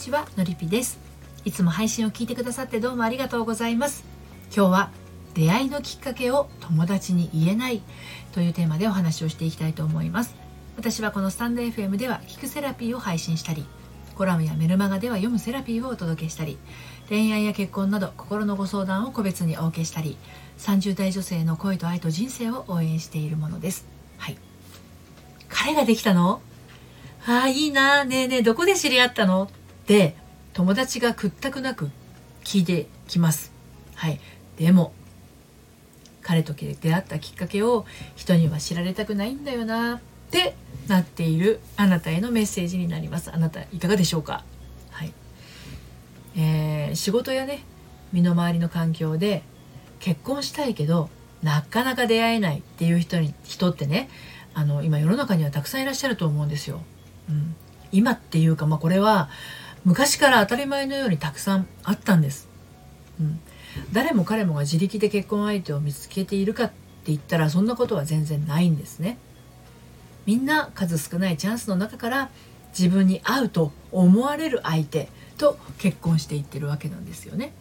ちは、のりぴです。いつも配信を聞いてくださってどうもありがとうございます。今日は出会いのきっかけを友達に言えないというテーマでお話をしていきたいと思います。私はこのスタンド FM では聞くセラピーを配信したり、コラムやメルマガでは読むセラピーをお届けしたり、恋愛や結婚など心のご相談を個別にお受けしたり、30代女性の恋と愛と人生を応援しているものです。はい。彼ができたの？ああ、いいな。ねえねえ、どこで知り合ったの？って友達が屈託なく聞いてきます。はい。でも彼と出会ったきっかけを人には知られたくないんだよなってなっているあなたへのメッセージになります。あなたいかがでしょうか？はい。仕事やね、身の回りの環境で結婚したいけどなかなか出会えないっていう人ってね、今世の中にはたくさんいらっしゃると思うんですよ。今っていうか、これは昔から当たり前のようにたくさんあったんです。誰も彼もが自力で結婚相手を見つけているかって言ったらそんなことは全然ないんですね。みんな数少ないチャンスの中から自分に合うと思われる相手と結婚していってるわけなんですよね。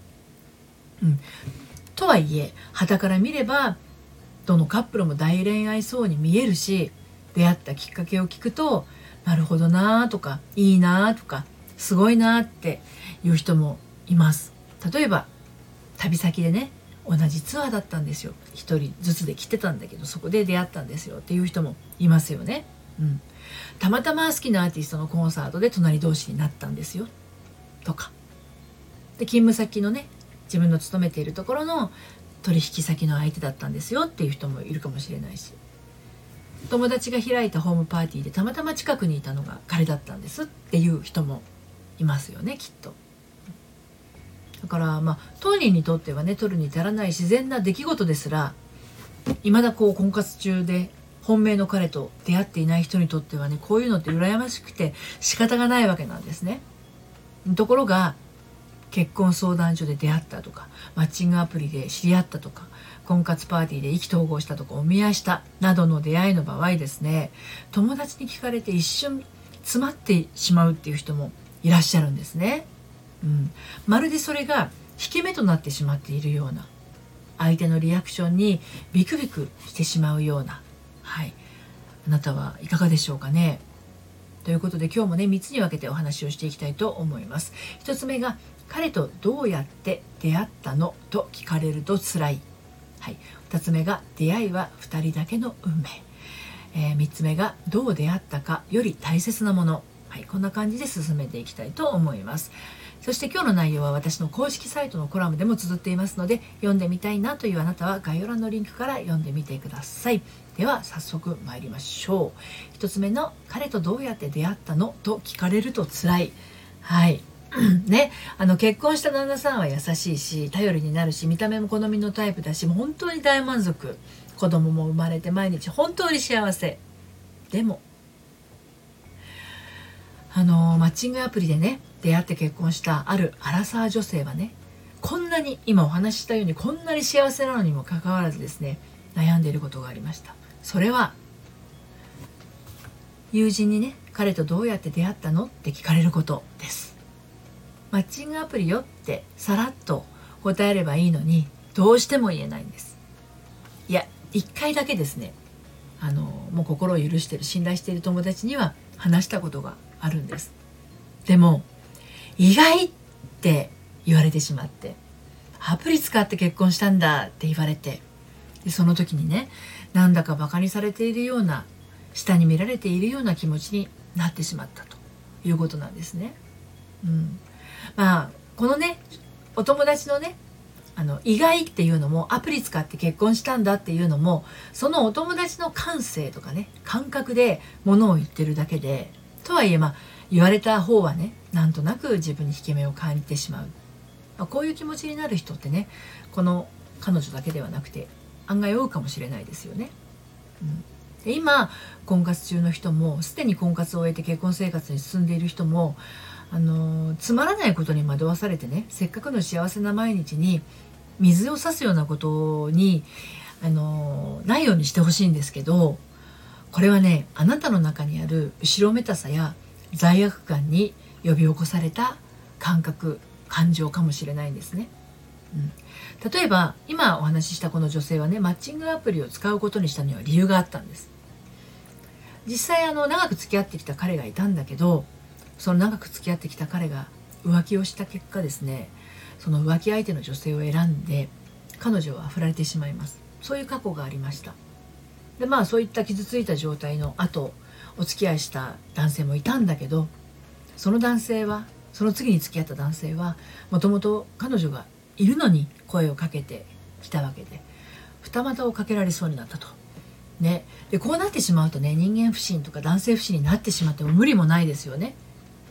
とはいえ傍から見ればどのカップルも大恋愛そうに見えるし、出会ったきっかけを聞くとなるほどなとかいいなとかすごいなっていう人もいます。例えば旅先でね、同じツアーだったんですよ。一人ずつで来てたんだけどそこで出会ったんですよっていう人もいますよね。たまたま好きなアーティストのコンサートで隣同士になったんですよとかで、勤務先のね、自分の勤めているところの取引先の相手だったんですよっていう人もいるかもしれないし、友達が開いたホームパーティーでたまたま近くにいたのが彼だったんですっていう人もいますよね、きっと。だから当人にとってはね、取るに足らない自然な出来事ですら、未だ婚活中で本命の彼と出会っていない人にとってはね、こういうのって羨ましくて仕方がないわけなんですね。ところが結婚相談所で出会ったとか、マッチングアプリで知り合ったとか、婚活パーティーで意気投合したとか、お見合いしたなどの出会いの場合ですね、友達に聞かれて一瞬詰まってしまうっていう人もいらっしゃるんですね。まるでそれが引け目となってしまっているような、相手のリアクションにビクビクしてしまうような、あなたはいかがでしょうかね。ということで今日もね、3つに分けてお話をしていきたいと思います。1つ目が、彼とどうやって出会ったのと聞かれると辛い。2つ目が、出会いは2人だけの運命。3つ目が、どう出会ったかより大切なもの。こんな感じで進めていきたいと思います。そして今日の内容は私の公式サイトのコラムでも綴っていますので、読んでみたいなというあなたは概要欄のリンクから読んでみてください。では早速参りましょう。1つ目の、彼とどうやって出会ったのと聞かれると辛い。ね、結婚した旦那さんは優しいし頼りになるし、見た目も好みのタイプだし、もう本当に大満足、子供も生まれて毎日本当に幸せ。でもマッチングアプリでね、出会って結婚したあるアラサー女性はね、こんなに今お話ししたようにこんなに幸せなのにもかかわらずですね、悩んでいることがありました。それは友人にね、彼とどうやって出会ったのって聞かれることです。マッチングアプリよってさらっと答えればいいのに、どうしても言えないんです。いや、1回だけですね、もう心を許している、信頼している友達には話したことがあるんです。でも意外って言われてしまって、アプリ使って結婚したんだって言われて、でその時にね、なんだかバカにされているような、下に見られているような気持ちになってしまったということなんですね。このね、お友達のね、意外っていうのも、アプリ使って結婚したんだっていうのも、そのお友達の感性とかね、感覚でものを言ってるだけで、とはいえ言われた方はね、なんとなく自分に引け目を感じてしまう。こういう気持ちになる人ってね、この彼女だけではなくて案外多いかもしれないですよね。で今婚活中の人も、すでに婚活を終えて結婚生活に進んでいる人も、つまらないことに惑わされてね、せっかくの幸せな毎日に水を差すようなことにないようにしてほしいんですけど、これはあなたの中にある後ろめたさや罪悪感に呼び起こされた感覚感情かもしれないんですね。例えば今お話ししたこの女性はね、マッチングアプリを使うことにしたには理由があったんです。実際長く付き合ってきた彼がいたんだけど、その長く付き合ってきた彼が浮気をした結果ですね、その浮気相手の女性を選んで彼女は振られてしまいます。そういう過去がありました。でそういった傷ついた状態の後お付き合いした男性もいたんだけど、その男性は、その次に付き合った男性はもともと彼女がいるのに声をかけてきたわけで、二股をかけられそうになったとね。でこうなってしまうとね、人間不信とか男性不信になってしまっても無理もないですよね。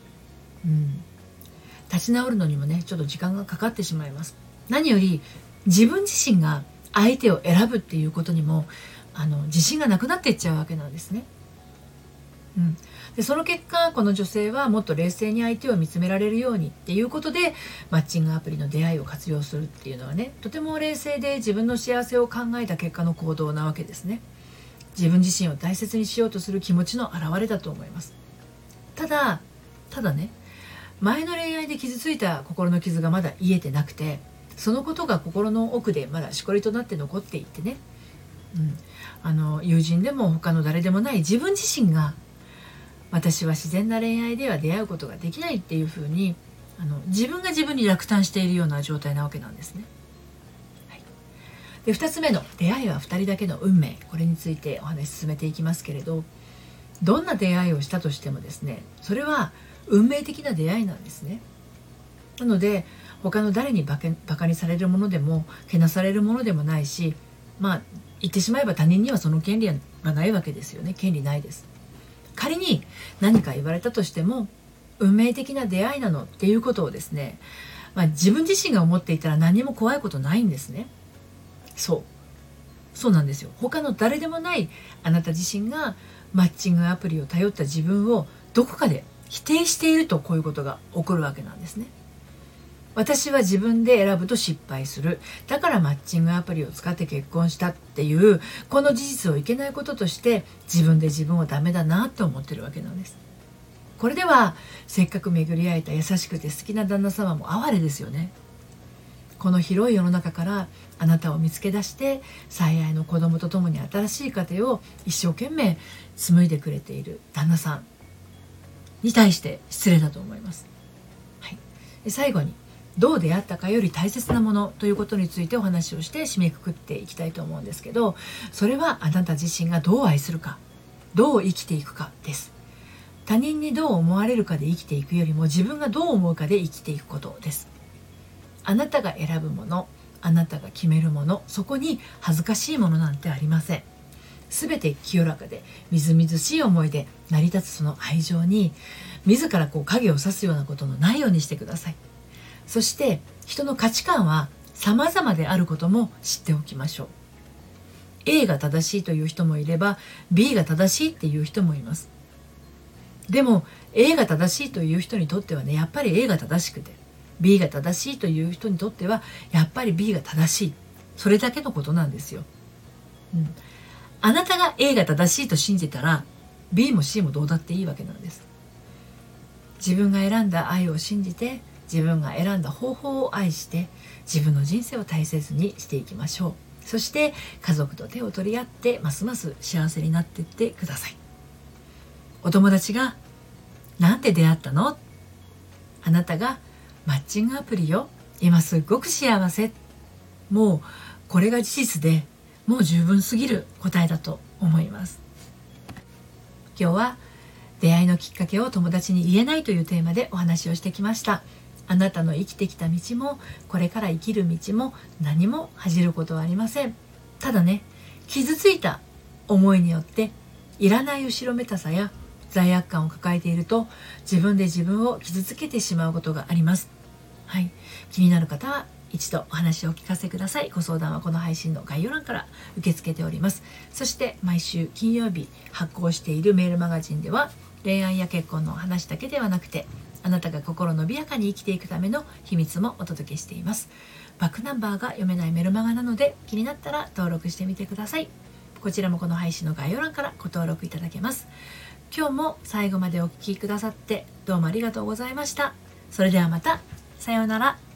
立ち直るのにもねちょっと時間がかかってしまいます。何より自分自身が相手を選ぶっていうことにも自信がなくなっていっちゃうわけなんですね。でその結果この女性はもっと冷静に相手を見つめられるようにっていうことでマッチングアプリの出会いを活用するっていうのはね、とても冷静で自分の幸せを考えた結果の行動なわけですね。自分自身を大切にしようとする気持ちの表れだと思います。ただね、前の恋愛で傷ついた心の傷がまだ癒えてなくて、そのことが心の奥でまだしこりとなって残っていってね、友人でも他の誰でもない自分自身が私は自然な恋愛では出会うことができないっていうふうに自分が自分に落胆しているような状態なわけなんですね。で2つ目の出会いは2人だけの運命、これについてお話し進めていきますけれど、どんな出会いをしたとしてもですね、それは運命的な出会いなんですね。なので他の誰にバカにされるものでもけなされるものでもないし、言ってしまえば他人にはその権利はないわけですよね。権利ないです。仮に何か言われたとしても運命的な出会いなのっていうことをですね、自分自身が思っていたら何も怖いことないんですね。そうなんですよ。他の誰でもないあなた自身がマッチングアプリを頼った自分をどこかで否定しているとこういうことが起こるわけなんですね。私は自分で選ぶと失敗する、だからマッチングアプリを使って結婚したっていうこの事実をいけないこととして自分で自分をダメだなって思ってるわけなんです。これではせっかく巡り会えた優しくて素敵な旦那様も哀れですよね。この広い世の中からあなたを見つけ出して最愛の子供と共に新しい家庭を一生懸命紡いでくれている旦那さんに対して失礼だと思います。最後にどう出会ったかより大切なものということについてお話をして締めくくっていきたいと思うんですけど、それはあなた自身がどう愛するか、どう生きていくかです。他人にどう思われるかで生きていくよりも自分がどう思うかで生きていくことです。あなたが選ぶもの、あなたが決めるもの、そこに恥ずかしいものなんてありません。すべて清らかでみずみずしい思いで成り立つその愛情に自ら影を差すようなことのないようにしてください。そして人の価値観は様々であることも知っておきましょう。 A が正しいという人もいれば B が正しいっていう人もいます。でも A が正しいという人にとってはね、やっぱり A が正しくて B が正しいという人にとってはやっぱり B が正しい、それだけのことなんですよ。あなたが A が正しいと信じたら B も C もどうだっていいわけなんです。自分が選んだ愛を信じて、自分が選んだ方法を愛して自分の人生を大切にしていきましょう。そして家族と手を取り合ってますます幸せになっていってください。お友達がなんて出会ったの？あなたがマッチングアプリよ、今すごく幸せ、もうこれが事実でもう十分すぎる答えだと思います。今日は出会いのきっかけを友達に言えないというテーマでお話をしてきました。あなたの生きてきた道もこれから生きる道も何も恥じることはありません。ただね、傷ついた思いによっていらない後ろめたさや罪悪感を抱えていると自分で自分を傷つけてしまうことがあります。気になる方は一度お話をお聞かせください。ご相談はこの配信の概要欄から受け付けております。そして毎週金曜日発行しているメールマガジンでは恋愛や結婚の話だけではなくて、あなたが心伸びやかに生きていくための秘密もお届けしています。バックナンバーが読めないメルマガなので気になったら登録してみてください。こちらもこの配信の概要欄からご登録いただけます。今日も最後までお聞きくださってどうもありがとうございました。 それではまた。さようなら。